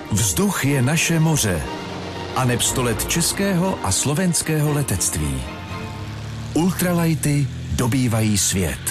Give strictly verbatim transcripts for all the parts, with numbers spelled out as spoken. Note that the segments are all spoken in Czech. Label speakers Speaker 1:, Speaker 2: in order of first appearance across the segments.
Speaker 1: Vzduch je naše moře. Aneb sto let českého a slovenského letectví. Ultralighty dobývají svět.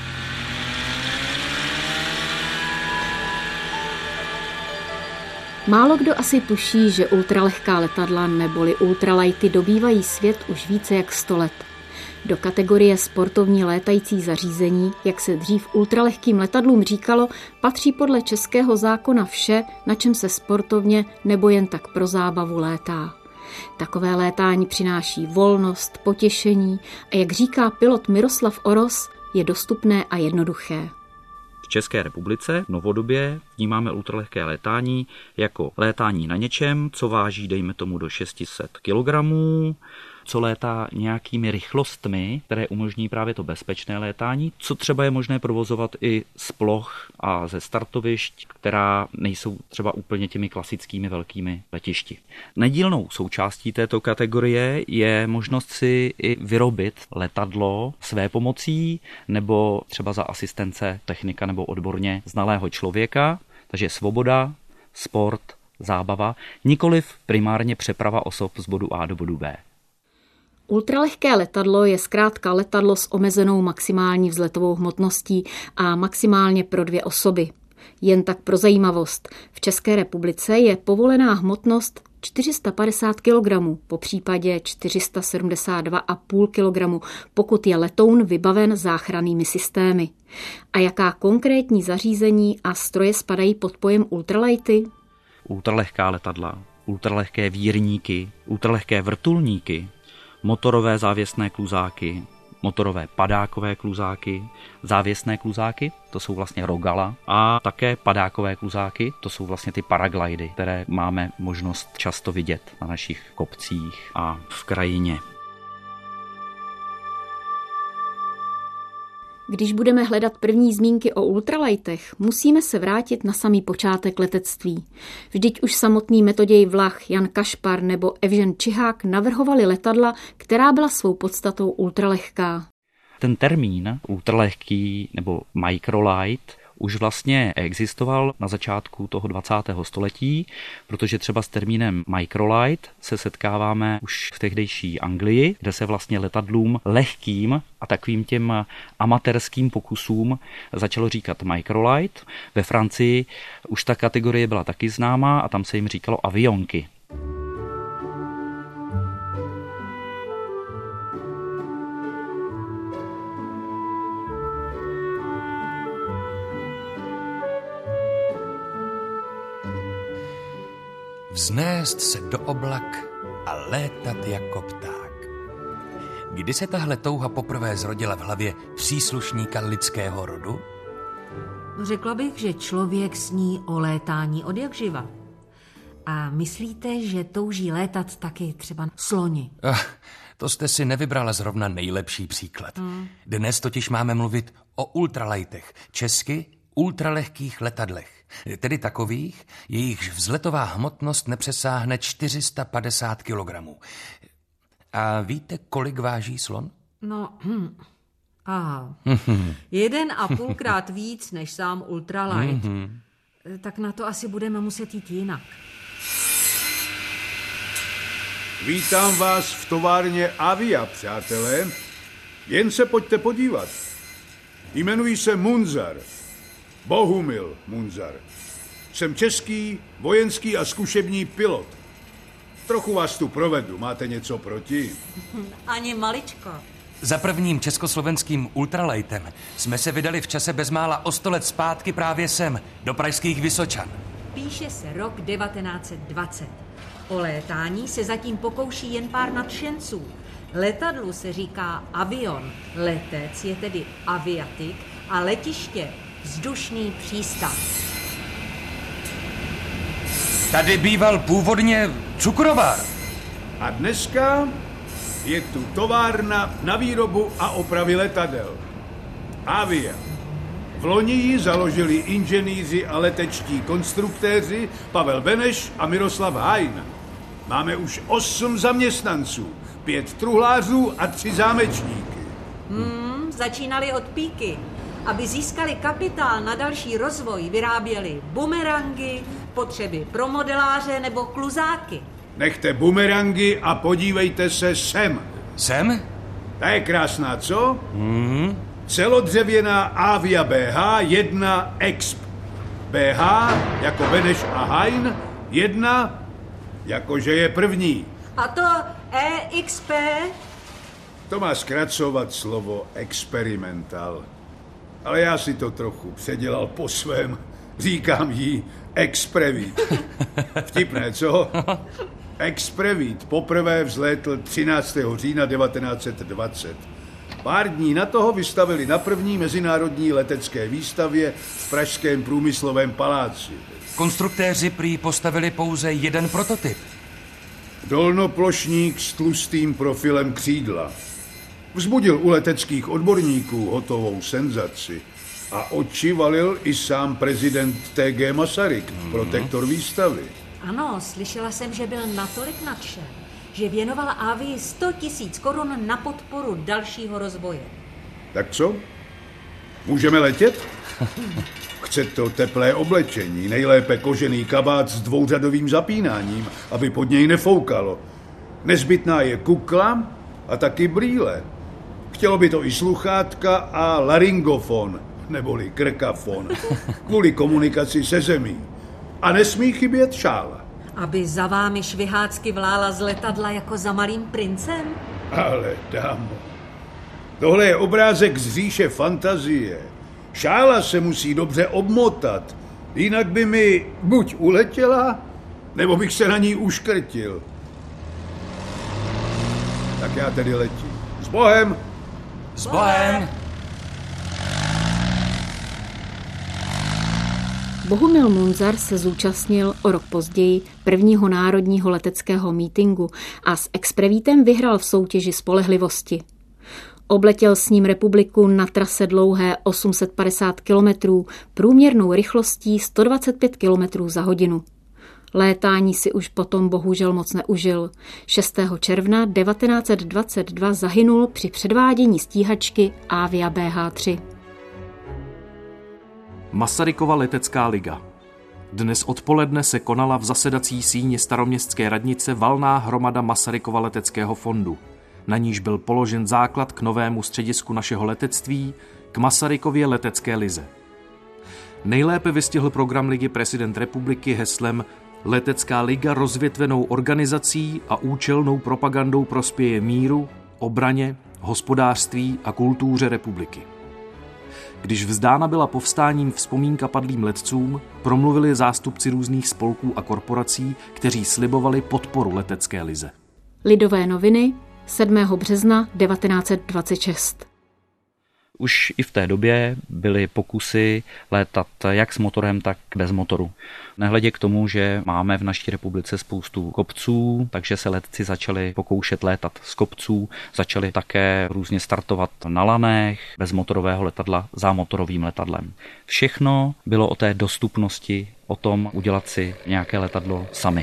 Speaker 2: Málo kdo asi tuší, že ultralehká letadla neboli ultralighty dobývají svět už více jak sto let. Do kategorie sportovní létající zařízení, jak se dřív ultralehkým letadlům říkalo, patří podle českého zákona vše, na čem se sportovně nebo jen tak pro zábavu létá. Takové létání přináší volnost, potěšení a jak říká pilot Miroslav Oros, je dostupné a jednoduché.
Speaker 3: V České republice novodobě vnímáme ultralehké létání jako létání na něčem, co váží, dejme tomu, do šest set kilogramů, co létá nějakými rychlostmi, které umožní právě to bezpečné létání, co třeba je možné provozovat i z ploch a ze startovišť, která nejsou třeba úplně těmi klasickými velkými letišti. Nedílnou součástí této kategorie je možnost si i vyrobit letadlo své pomocí nebo třeba za asistence technika nebo odborně znalého člověka, takže svoboda, sport, zábava, nikoliv primárně přeprava osob z bodu A do bodu B.
Speaker 2: Ultralehké letadlo je zkrátka letadlo s omezenou maximální vzletovou hmotností a maximálně pro dvě osoby. Jen tak pro zajímavost, v České republice je povolená hmotnost čtyři sta padesát kilogramů, po případě čtyři sta sedmdesát dva celá pět kilogramu, pokud je letoun vybaven záchrannými systémy. A jaká konkrétní zařízení a stroje spadají pod pojem ultralighty?
Speaker 3: Ultralehká letadla, ultralehké vírníky, ultralehké vrtulníky, motorové závěsné kluzáky, motorové padákové kluzáky, závěsné kluzáky, to jsou vlastně rogala, a také padákové kluzáky, to jsou vlastně ty paraglidy, které máme možnost často vidět na našich kopcích a v krajině.
Speaker 2: Když budeme hledat první zmínky o ultralightech, musíme se vrátit na samý počátek letectví. Vždyť už samotný Metoděj Vlach, Jan Kašpar nebo Evžen Čihák navrhovali letadla, která byla svou podstatou ultralehká.
Speaker 3: Ten termín ultralehký nebo microlight už vlastně existoval na začátku toho dvacátého století, protože třeba s termínem microlight se setkáváme už v tehdejší Anglii, kde se vlastně letadlům lehkým a takovým těm amatérským pokusům začalo říkat microlight. Ve Francii už ta kategorie byla taky známá a tam se jim říkalo avionky.
Speaker 4: Vznést se do oblak a létat jako pták. Kdy se tahle touha poprvé zrodila v hlavě příslušníka lidského rodu?
Speaker 5: Řekla bych, že člověk sní o létání od jak živa. A myslíte, že touží létat taky třeba sloni?
Speaker 4: Ah, to jste si nevybrala zrovna nejlepší příklad. Hmm. Dnes totiž máme mluvit o ultralightech, česky ultralehkých letadlech. Tedy takových, jejichž vzletová hmotnost nepřesáhne čtyři sta padesát kilogramů. A víte, kolik váží slon?
Speaker 5: No, hm. Aha. Jeden a půlkrát víc než sám ultralight. Tak na to asi budeme muset jít jinak.
Speaker 6: Vítám vás v továrně Avia, přátelé. Jen se pojďte podívat. Jmenuji se Munzar. Bohumil Munzar. Jsem český, vojenský a zkušební pilot. Trochu vás tu provedu. Máte něco proti?
Speaker 5: Ani maličko.
Speaker 4: Za prvním československým ultralightem jsme se vydali v čase bezmála o sto let zpátky právě sem, do pražských Vysočan.
Speaker 5: Píše se rok devatenáct set dvacet. O létání se zatím pokouší jen pár nadšenců. Letadlu se říká avion, letec je tedy aviatik a letiště vzdušný přístav.
Speaker 4: Tady býval původně cukrovar.
Speaker 6: A dneska je tu továrna na výrobu a opravy letadel. Avia. V loni ji založili inženýři a letečtí konstruktéři Pavel Beneš a Miroslav Hajn. Máme už osm zaměstnanců, pět truhlářů a tři zámečníky.
Speaker 5: Hmm, začínali od píky. Aby získali kapitál na další rozvoj, vyráběli bumerangy, potřeby pro modeláře nebo kluzáky.
Speaker 6: Nechte bumerangy a podívejte se sem.
Speaker 4: Sem?
Speaker 6: Ta je krásná, co?
Speaker 4: Mm.
Speaker 6: Celodřevěná Avia B H jedna Exp. B H jako Beneš a Hain, jedna jakože je první.
Speaker 5: A to E X P?
Speaker 6: To má zkracovat slovo experimental. Ale já si to trochu předělal po svém. Říkám jí Exprevit. Vtipné, co? Exprevit poprvé vzlétl třináctého října devatenáct set dvacet. Pár dní na toho vystavili na první mezinárodní letecké výstavě v pražském průmyslovém paláci.
Speaker 4: Konstruktéři prý postavili pouze jeden prototyp.
Speaker 6: Dolnoplošník s tlustým profilem křídla. Vzbudil u leteckých odborníků hotovou senzaci a oči valil i sám prezident T G Masaryk, mm-hmm. protektor výstavy.
Speaker 5: Ano, slyšela jsem, že byl natolik nadšen, že věnoval Avii sto tisíc korun na podporu dalšího rozvoje.
Speaker 6: Tak co? Můžeme letět? Chce to teplé oblečení, nejlépe kožený kabát s dvouřadovým zapínáním, aby pod něj nefoukalo. Nezbytná je kukla a taky brýle. Chtělo by to i sluchátka a laryngofon, neboli krkafon, kvůli komunikaci se zemí. A nesmí chybět šála.
Speaker 5: Aby za vámi švihácky vlála z letadla jako za malým princem?
Speaker 6: Ale dámo, tohle je obrázek z říše fantazie. Šála se musí dobře obmotat, jinak by mi buď uletěla, nebo bych se na ní uškrtil. Tak já tedy letím. S Bohem!
Speaker 4: S Bohem!
Speaker 2: Bohumil Munzar se zúčastnil o rok později prvního národního leteckého mítinku a s Exprevítem vyhrál v soutěži spolehlivosti. Obletěl s ním republiku na trase dlouhé osm set padesát kilometrů, průměrnou rychlostí sto dvacet pět kilometrů za hodinu. Létání si už potom bohužel moc neužil. šestého června devatenáct set dvacet dva zahynul při předvádění stíhačky Avia B H tři.
Speaker 7: Masarykova letecká liga. Dnes odpoledne se konala v zasedací síni staroměstské radnice valná hromada Masarykova leteckého fondu, na níž byl položen základ k novému středisku našeho letectví, k Masarykově letecké lize. Nejlépe vystihl program ligy prezident republiky heslem Letecká liga rozvětvenou organizací a účelnou propagandou prospěje míru, obraně, hospodářství a kultuře republiky. Když vzdána byla povstáním vzpomínka padlým letcům, promluvili zástupci různých spolků a korporací, kteří slibovali podporu letecké lize.
Speaker 2: Lidové noviny, sedmého března devatenáct set dvacet šest.
Speaker 3: Už i v té době byly pokusy létat jak s motorem, tak bez motoru. Nehledě k tomu, že máme v naší republice spoustu kopců, takže se letci začali pokoušet létat z kopců, začali také různě startovat na lanech, bez motorového letadla, zámotorovým letadlem. Všechno bylo o té dostupnosti, o tom udělat si nějaké letadlo sami.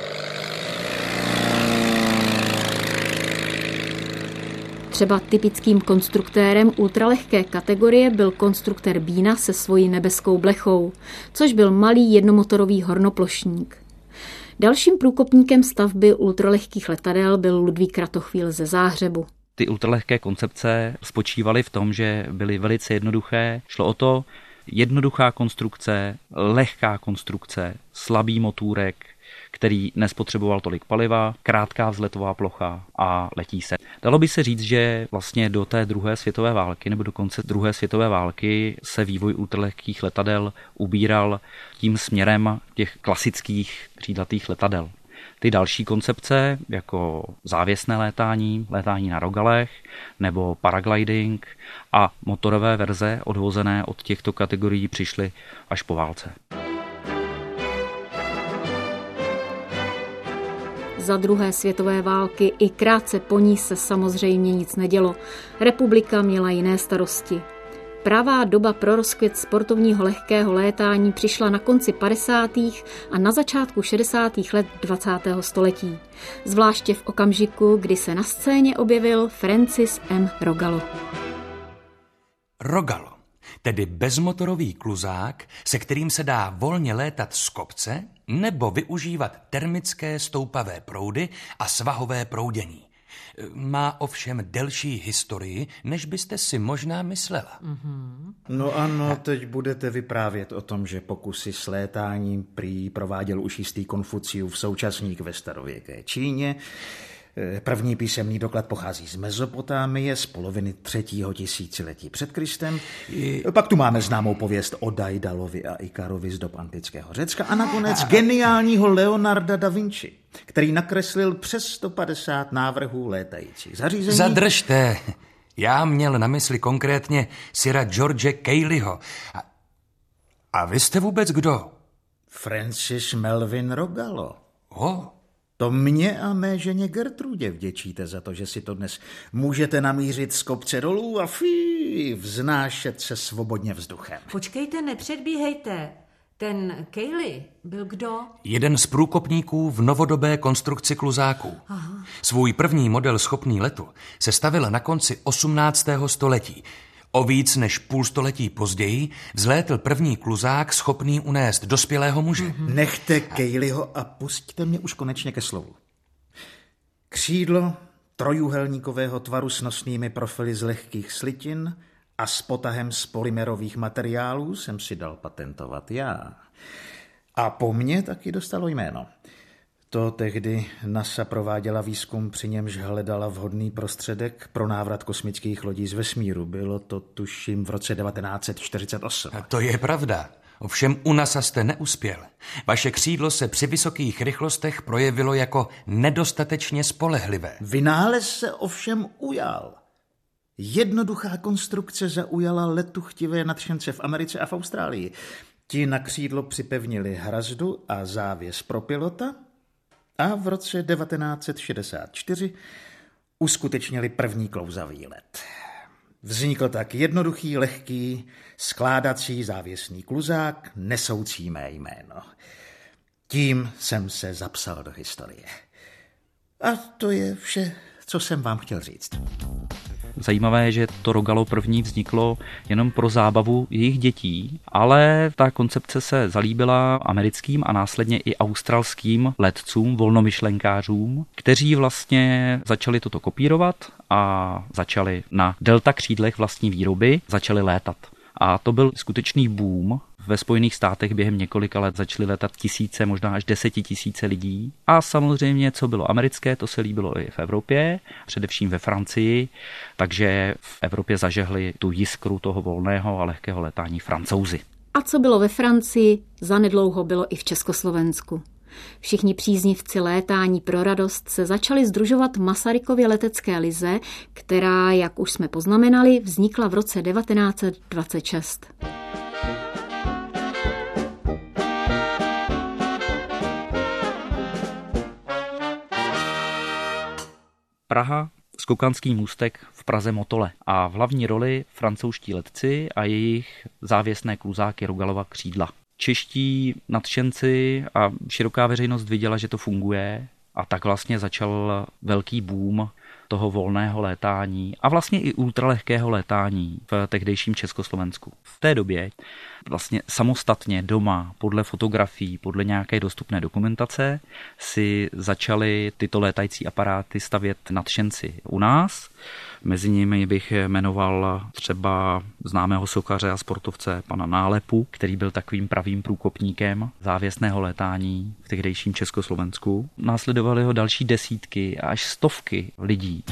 Speaker 2: Třeba typickým konstruktérem ultralehké kategorie byl konstruktér Bína se svojí nebeskou blechou, což byl malý jednomotorový hornoplošník. Dalším průkopníkem stavby ultralehkých letadel byl Ludvík Kratochvíl ze Záhřebu.
Speaker 3: Ty ultralehké koncepce spočívaly v tom, že byly velice jednoduché. Šlo o to, jednoduchá konstrukce, lehká konstrukce, slabý motůrek, který nespotřeboval tolik paliva, krátká vzletová plocha a letí se. Dalo by se říct, že vlastně do té druhé světové války nebo do konce druhé světové války se vývoj ultralehkých letadel ubíral tím směrem těch klasických křídlatých letadel. Ty další koncepce, jako závěsné létání, létání na rogalech nebo paragliding a motorové verze odvozené od těchto kategorií přišly až po válce.
Speaker 2: Za druhé světové války i krátce po ní se samozřejmě nic nedělo. Republika měla jiné starosti. Pravá doba pro rozkvět sportovního lehkého létání přišla na konci padesátých a na začátku šedesátých let dvacátého století. Zvláště v okamžiku, kdy se na scéně objevil Francis M. Rogallo.
Speaker 4: Rogallo. Tedy bezmotorový kluzák, se kterým se dá volně létat z kopce nebo využívat termické stoupavé proudy a svahové proudění. Má ovšem delší historii, než byste si možná myslela.
Speaker 8: Mm-hmm. No ano, teď budete vyprávět o tom, že pokusy s létáním prý prováděl už jistý Konfuciův současník ve starověké Číně. První písemný doklad pochází z Mezopotámie z poloviny třetího tisíciletí před Kristem. I... Pak tu máme známou pověst o Daidalovi a Ikarovi z dob antického Řecka a nakonec geniálního Leonarda da Vinci, který nakreslil přes sto padesát návrhů létajících zařízení.
Speaker 4: Zadržte. Já měl na mysli konkrétně Sira George Cayleyho. A, a vy jste vůbec kdo?
Speaker 8: Francis Melvin Rogallo.
Speaker 4: Oh.
Speaker 8: To mě a mé ženě Gertrudě vděčíte za to, že si to dnes můžete namířit z kopce dolů a fí, vznášet se svobodně vzduchem.
Speaker 5: Počkejte, nepředbíhejte. Ten Cayley byl kdo?
Speaker 4: Jeden z průkopníků v novodobé konstrukci kluzáků. Aha. Svůj první model schopný letu se stavil na konci osmnáctého století. O víc než půl století později vzlétl první kluzák schopný unést dospělého muže.
Speaker 8: Mm-hmm. Nechte Cayleyho a pusťte mě už konečně ke slovu. Křídlo trojúhelníkového tvaru s nosnými profily z lehkých slitin a s potahem z polymerových materiálů jsem si dal patentovat já. A po mně taky dostalo jméno. To tehdy NASA prováděla výzkum, při němž hledala vhodný prostředek pro návrat kosmických lodí z vesmíru. Bylo to, tuším, v roce devatenáct set čtyřicet osm.
Speaker 4: A to je pravda. Ovšem u NASA jste neuspěl. Vaše křídlo se při vysokých rychlostech projevilo jako nedostatečně spolehlivé.
Speaker 8: Vynález se ovšem ujal. Jednoduchá konstrukce zaujala letuchtivé nadšence v Americe a v Austrálii. Ti na křídlo připevnili hrazdu a závěs pro pilota a v roce devatenáct set šedesát čtyři uskutečnili první klouzavý let. Vznikl tak jednoduchý, lehký, skládací závěsný kluzák nesoucí mé jméno. Tím jsem se zapsal do historie. A to je vše, co jsem vám chtěl říct.
Speaker 3: Zajímavé je, že to Rogallo první vzniklo jenom pro zábavu jejich dětí, ale ta koncepce se zalíbila americkým a následně i australským letcům, volnomyšlenkářům, kteří vlastně začali toto kopírovat a začali na delta křídlech vlastní výroby, začali létat. A to byl skutečný boom. Ve Spojených státech během několika let začaly letat tisíce, možná až desetitisíce lidí. A samozřejmě, co bylo americké, to se líbilo i v Evropě, především ve Francii. Takže v Evropě zažehli tu jiskru toho volného a lehkého letání Francouzi.
Speaker 2: A co bylo ve Francii, zanedlouho bylo i v Československu. Všichni příznivci létání pro radost se začali sdružovat v Masarykově letecké lize, která, jak už jsme poznamenali, vznikla v roce devatenáct set dvacet šest.
Speaker 3: Praha, skokanský můstek v Praze Motole a v hlavní roli francouzští letci a jejich závěsné kluzáky Rogallova křídla. Čeští nadšenci a široká veřejnost viděla, že to funguje a tak vlastně začal velký boom toho volného létání a vlastně i ultralehkého létání v tehdejším Československu. V té době vlastně samostatně doma, podle fotografií, podle nějaké dostupné dokumentace si začali tyto létající aparáty stavět nadšenci u nás. Mezi nimi bych jmenoval třeba známého sochaře a sportovce pana Nálepu, který byl takovým pravým průkopníkem závěsného létání v tehdejším Československu. Následovaly ho další desítky až stovky lidí.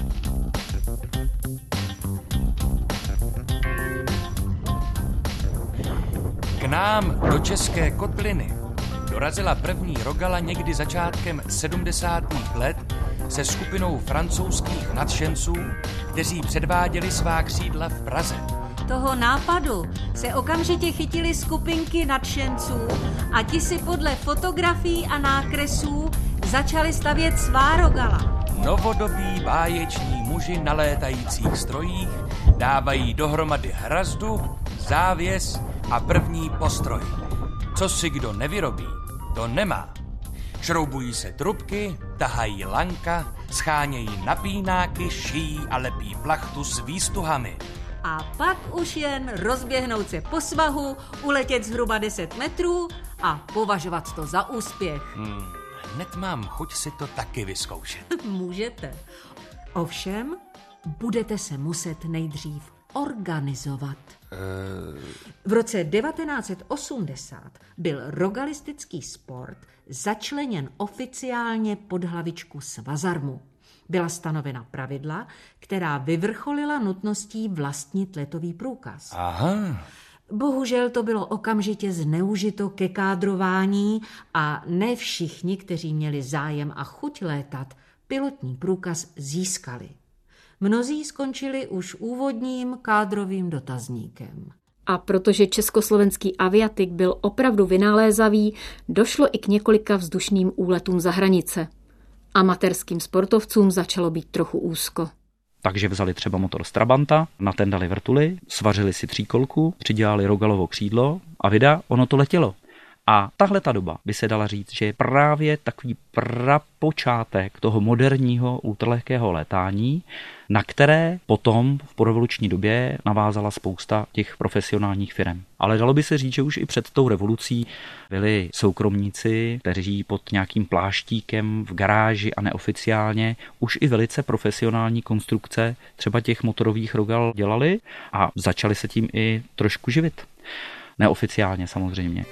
Speaker 4: K nám do České kotliny dorazila první Rogalla někdy začátkem sedmdesátých let se skupinou francouzských nadšenců, kteří předváděli svá křídla v Praze.
Speaker 5: Toho nápadu se okamžitě chytili skupinky nadšenců a ti si podle fotografií a nákresů začali stavět svá Rogalla.
Speaker 4: Novodobí báječní muži na létajících strojích dávají dohromady hrazdu, závěs a první postroj. Co si kdo nevyrobí, to nemá. Šroubují se trubky, tahají lanka, schánějí napínáky, šijí a lepí plachtu s výstuhami.
Speaker 5: A pak už jen rozběhnout se po svahu, uletět zhruba deset metrů a považovat to za úspěch.
Speaker 4: Hmm, hned mám chuť si to taky vyzkoušet.
Speaker 5: Můžete. Ovšem, budete se muset nejdřív organizovat. V roce devatenáct set osmdesát byl rogalistický sport začleněn oficiálně pod hlavičku Svazarmu. Byla stanovena pravidla, která vyvrcholila nutností vlastnit letový průkaz.
Speaker 4: Aha.
Speaker 5: Bohužel to bylo okamžitě zneužito ke kádrování a ne všichni, kteří měli zájem a chuť létat, pilotní průkaz získali. Mnozí skončili už úvodním kádrovým dotazníkem.
Speaker 2: A protože československý aviatik byl opravdu vynalézavý, došlo i k několika vzdušným úletům za hranice. Amatérským sportovcům začalo být trochu úzko.
Speaker 3: Takže vzali třeba motor z Trabanta, na ten dali vrtuly, svařili si tříkolku, přidělali Rogalovo křídlo a vida, ono to letělo. A tahle ta doba by se dala říct, že je právě takový prapočátek toho moderního ultralehkého létání, na které potom v porevoluční době navázala spousta těch profesionálních firem. Ale dalo by se říct, že už i před tou revolucí byli soukromníci, kteří pod nějakým pláštíkem v garáži a neoficiálně už i velice profesionální konstrukce třeba těch motorových Rogal dělali a začali se tím i trošku živit. Neoficiálně samozřejmě.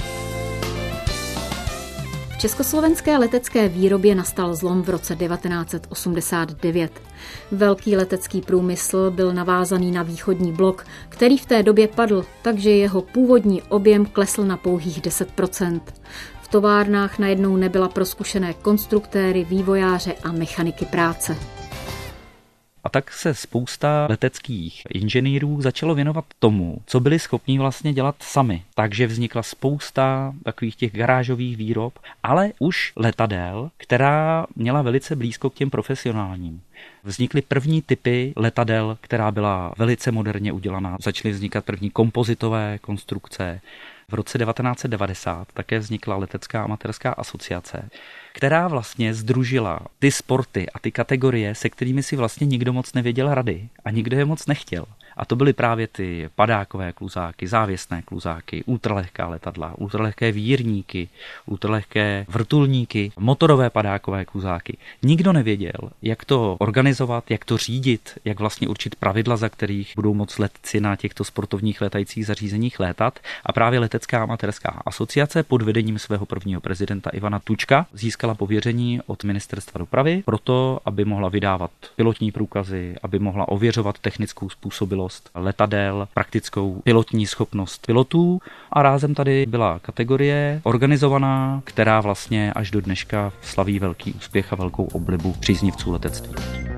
Speaker 2: V československé letecké výrobě nastal zlom v roce devatenáct set osmdesát devět. Velký letecký průmysl byl navázaný na východní blok, který v té době padl, takže jeho původní objem klesl na pouhých deset procent. V továrnách najednou nebyla pro zkušené konstruktéry, vývojáře a mechaniky práce.
Speaker 3: A tak se spousta leteckých inženýrů začalo věnovat tomu, co byli schopni vlastně dělat sami. Takže vznikla spousta takových těch garážových výrob, ale už letadel, která měla velice blízko k těm profesionálním. Vznikly první typy letadel, která byla velice moderně udělaná. Začaly vznikat první kompozitové konstrukce. V roce devatenáct set devadesát také vznikla letecká amatérská asociace, která vlastně sdružila ty sporty a ty kategorie, se kterými si vlastně nikdo moc nevěděl rady a nikdo je moc nechtěl. A to byly právě ty padákové kluzáky, závěsné kluzáky, ultralehká letadla, ultralehké vírníky, ultralehké vrtulníky, motorové padákové kluzáky. Nikdo nevěděl, jak to organizovat, jak to řídit, jak vlastně určit pravidla, za kterých budou moc letci na těchto sportovních létajících zařízeních létat. A právě letecká amatérská asociace pod vedením svého prvního prezidenta Ivana Tučka získala pověření od ministerstva dopravy proto, aby mohla vydávat pilotní průkazy, aby mohla ověřovat technickou způsobilost letadel, praktickou pilotní schopnost pilotů a rázem tady byla kategorie organizovaná, která vlastně až do dneška slaví velký úspěch a velkou oblibu příznivců letectví.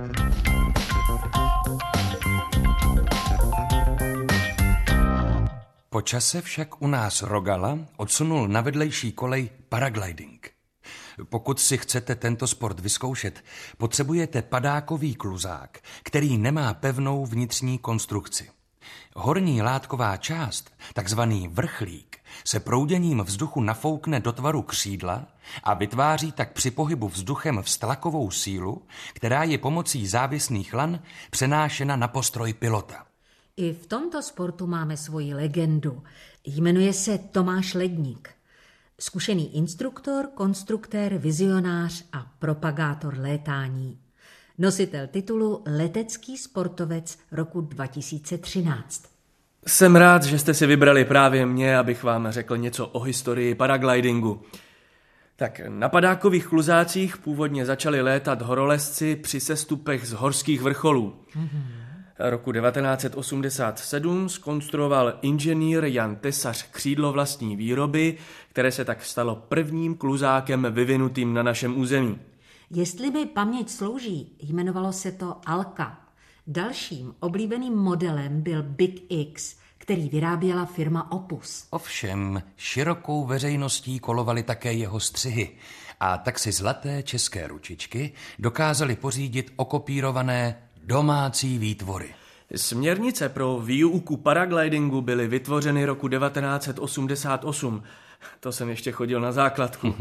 Speaker 4: Po čase však u nás Rogala odsunul na vedlejší kolej paragliding. Pokud si chcete tento sport vyzkoušet, potřebujete padákový kluzák, který nemá pevnou vnitřní konstrukci. Horní látková část, takzvaný vrchlík, se prouděním vzduchu nafoukne do tvaru křídla a vytváří tak při pohybu vzduchem vztlakovou sílu, která je pomocí závěsných lan přenášena na postroj pilota.
Speaker 5: I v tomto sportu máme svoji legendu. Jmenuje se Tomáš Ledník. Zkušený instruktor, konstruktér, vizionář a propagátor létání. Nositel titulu Letecký sportovec roku dva tisíce třináct.
Speaker 9: Jsem rád, že jste si vybrali právě mě, abych vám řekl něco o historii paraglidingu. Tak na padákových kluzácích původně začali létat horolezci při sestupech z horských vrcholů. Mm-hmm. Roku devatenáct set osmdesát sedm zkonstruoval inženýr Jan Tesař křídlo vlastní výroby, které se tak stalo prvním kluzákem vyvinutým na našem území.
Speaker 5: Jestli mi paměť slouží, jmenovalo se to Alka. Dalším oblíbeným modelem byl Big X, který vyráběla firma Opus.
Speaker 4: Ovšem, širokou veřejností kolovaly také jeho střihy a tak si zlaté české ručičky dokázali pořídit okopírované domácí výtvory.
Speaker 9: Směrnice pro výuku paraglidingu byly vytvořeny roku devatenáct set osmdesát osm. To jsem ještě chodil na základku.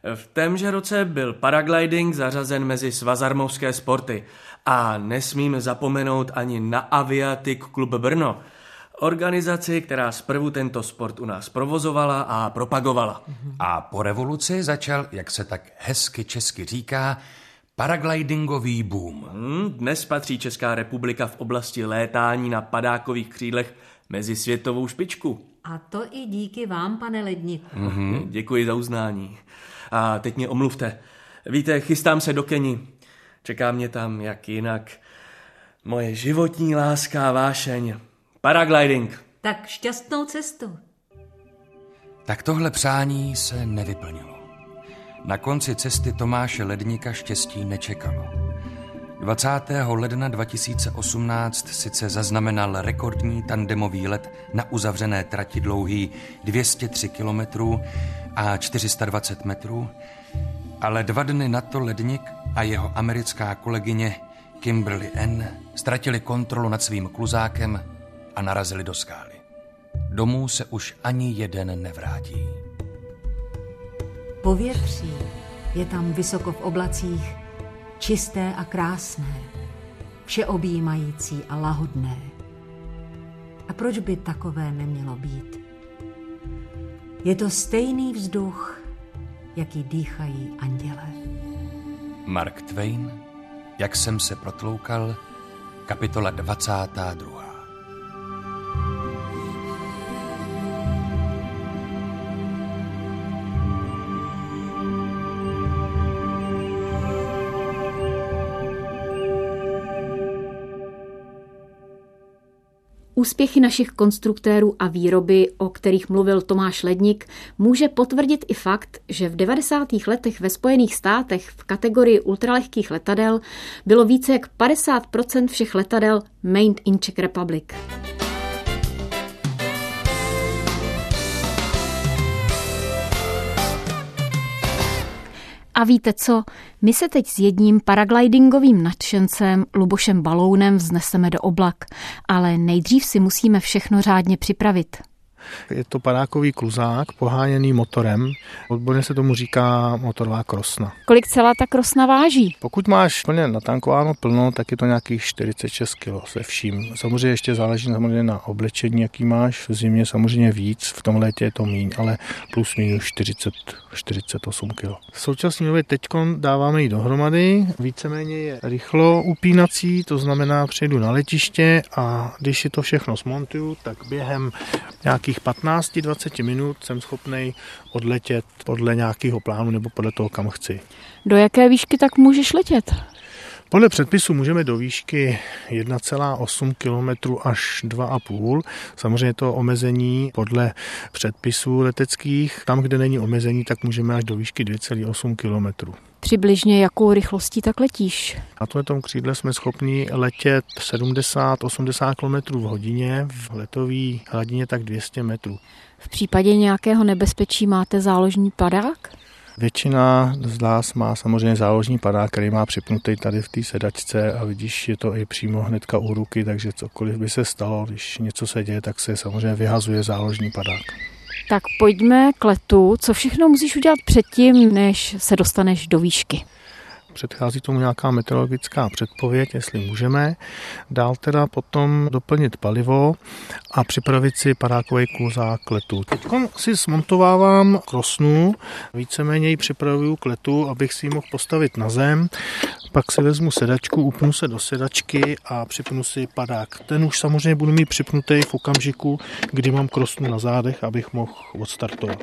Speaker 9: V témže roce byl paragliding zařazen mezi svazarmovské sporty a nesmím zapomenout ani na Aviatik Klub Brno, organizaci, která zprvu tento sport u nás provozovala a propagovala.
Speaker 4: A po revoluci začal, jak se tak hezky česky říká, paraglidingový boom.
Speaker 9: Hmm, dnes patří Česká republika v oblasti létání na padákových křídlech mezi světovou špičku.
Speaker 5: A to i díky vám, pane Ledníku.
Speaker 9: Mm-hmm. Děkuji za uznání. A teď mě omluvte. Víte, chystám se do Keni. Čeká mě tam, jak jinak, moje životní láska a vášeň. Paragliding.
Speaker 5: Tak šťastnou cestu.
Speaker 4: Tak tohle přání se nevyplnilo. Na konci cesty Tomáše Ledníka štěstí nečekalo. dvacátého ledna dva tisíce osmnáct sice zaznamenal rekordní tandemový let na uzavřené trati dlouhý dvě stě tři kilometrů a čtyři sta dvacet metrů, ale dva dny na to Ledník a jeho americká kolegyně Kimberly N. ztratili kontrolu nad svým kluzákem a narazili do skály. Domů se už ani jeden nevrátí.
Speaker 5: Povětří je tam vysoko v oblacích, čisté a krásné, všeobjímající a lahodné. A proč by takové nemělo být? Je to stejný vzduch, jaký dýchají anděle.
Speaker 4: Mark Twain, Jak jsem se protloukal, kapitola dvacátá druhá.
Speaker 2: Úspěchy našich konstruktérů a výroby, o kterých mluvil Tomáš Ledník, může potvrdit i fakt, že v devadesátých letech ve Spojených státech v kategorii ultralehkých letadel bylo více jak padesát procent všech letadel made in Czech Republic. A víte co? My se teď s jedním paraglidingovým nadšencem Lubošem Balounem vzneseme do oblak, ale nejdřív si musíme všechno řádně připravit.
Speaker 10: Je to padákový kluzák poháněný motorem. Odborně se tomu říká motorová krosna.
Speaker 2: Kolik celá ta krosna váží?
Speaker 10: Pokud máš plně natankováno plno, tak je to nějakých čtyřicet šest kilo se vším. Samozřejmě ještě záleží samozřejmě na oblečení, jaký máš. V zimě samozřejmě víc, v tom létě je to míň, ale plus minus čtyřicet, čtyřicet osm kilo. V současné době teď dáváme ji dohromady. Víceméně je rychlo upínací, to znamená přejdu na letiště a když si to všechno smontuju, tak během nějakých patnáct dvacet minut jsem schopnej odletět podle nějakého plánu nebo podle toho, kam chci.
Speaker 2: Do jaké výšky tak můžeš letět?
Speaker 10: Podle předpisu můžeme do výšky jedna celá osm kilometru až dva a půl. Samozřejmě to omezení podle předpisů leteckých. Tam, kde není omezení, tak můžeme až do výšky dvě celá osm kilometru.
Speaker 2: Přibližně jakou rychlostí tak letíš?
Speaker 10: Na tomto křídle jsme schopni letět sedmdesát osmdesát kilometrů v hodině, v letové hladině tak dvě stě metrů.
Speaker 2: V případě nějakého nebezpečí máte záložní padák?
Speaker 10: Většina z nás má samozřejmě záložní padák, který má připnutý tady v té sedačce a vidíš, je to i přímo hnedka u ruky, takže cokoliv by se stalo, když něco se děje, tak se samozřejmě vyhazuje záložní padák.
Speaker 2: Tak pojďme k letu. Co všechno musíš udělat předtím, než se dostaneš do výšky?
Speaker 10: Předchází tomu nějaká meteorologická předpověď, jestli můžeme. Dál teda potom doplnit palivo a připravit si padákový kluzák k letu. Teď si smontovávám krosnu, víceméně ji připravuju k letu, abych si ji mohl postavit na zem. Pak si vezmu sedačku, upnu se do sedačky a připnu si padák. Ten už samozřejmě budu mít připnutý v okamžiku, kdy mám krosnu na zádech, abych mohl odstartovat.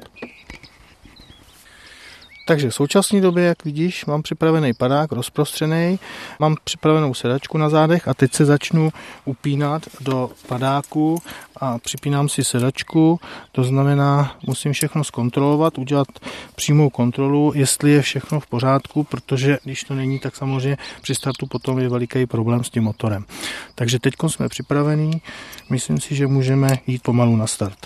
Speaker 10: Takže v současné době, jak vidíš, mám připravený padák rozprostřený, mám připravenou sedačku na zádech a teď se začnu upínat do padáku a připínám si sedačku, to znamená, musím všechno zkontrolovat, udělat přímou kontrolu, jestli je všechno v pořádku, protože když to není, tak samozřejmě při startu potom je veliký problém s tím motorem. Takže teď jsme připravení, myslím si, že můžeme jít pomalu na start.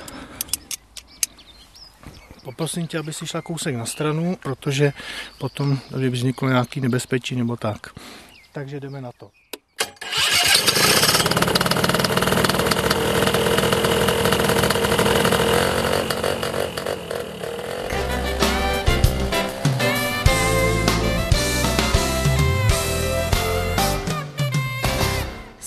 Speaker 10: Poprosím tě, aby si šla kousek na stranu, protože potom by vzniklo nějaké nebezpečí nebo tak. Takže jdeme na to.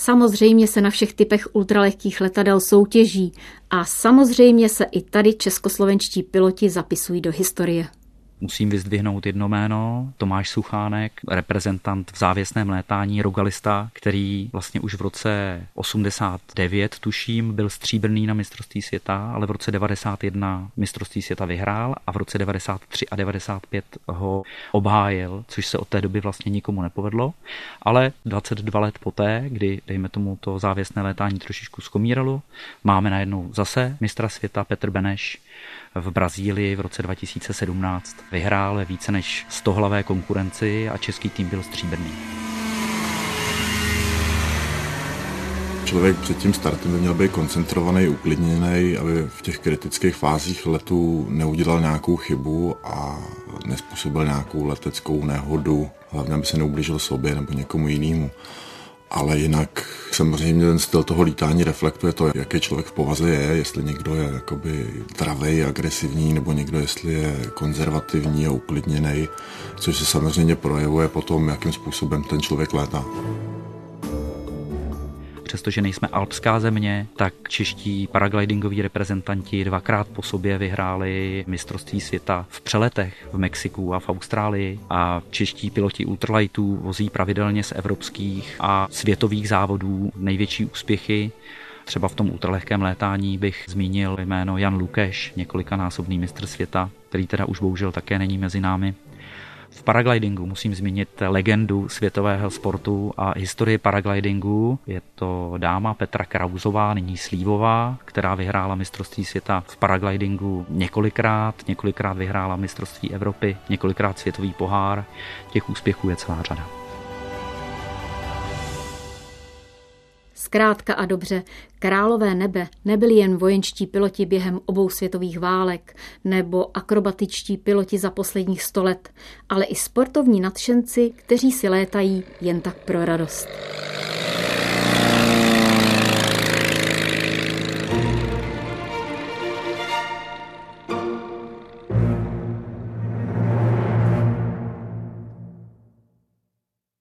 Speaker 2: samozřejmě se na všech typech ultralehkých letadel soutěží a samozřejmě se i tady českoslovenští piloti zapisují do historie.
Speaker 3: Musím vyzdvihnout jedno jméno, Tomáš Suchánek, reprezentant v závěsném létání, rogalista, který vlastně už v roce osmdesát devět, tuším, byl stříbrný na mistrovství světa, ale v roce devadesát jedna mistrovství světa vyhrál a v roce devadesát tři a devadesát pět ho obhájil, což se od té doby vlastně nikomu nepovedlo. Ale dvacet dva let poté, kdy, dejme tomu, to závěsné létání trošičku zkomíralo, máme najednou zase mistra světa Petr Beneš v Brazílii v roce dva tisíce sedmnáct. Vyhrál ve více než stohlavé konkurenci a český tým byl stříbrný.
Speaker 11: Člověk před tím startem by měl být koncentrovaný, uklidněný, aby v těch kritických fázích letu neudělal nějakou chybu a nezpůsobil nějakou leteckou nehodu, hlavně aby se neublížil sobě nebo někomu jinému. Ale jinak samozřejmě ten styl toho lítání reflektuje to, jaký člověk v povaze je, jestli někdo je jakoby dravej, agresivní, nebo někdo jestli je konzervativní a uklidněný, což se samozřejmě projevuje potom, jakým způsobem ten člověk létá.
Speaker 3: Přestože nejsme alpská země, tak čeští paraglidingoví reprezentanti dvakrát po sobě vyhráli mistrovství světa v přeletech v Mexiku a v Austrálii a čeští piloti ultralightů vozí pravidelně z evropských a světových závodů největší úspěchy. Třeba v tom ultralehkém létání bych zmínil jméno Jan Lukeš, několikanásobný mistr světa, který teda už bohužel také není mezi námi. V paraglidingu musím zmínit legendu světového sportu a historii paraglidingu. Je to dáma Petra Krausová, nyní Slívová, která vyhrála mistrovství světa v paraglidingu několikrát, několikrát vyhrála mistrovství Evropy, několikrát světový pohár. Těch úspěchů je celá řada.
Speaker 2: Zkrátka a dobře, králové nebe nebyli jen vojenští piloti během obou světových válek nebo akrobatičtí piloti za posledních sto let, ale i sportovní nadšenci, kteří si létají jen tak pro radost.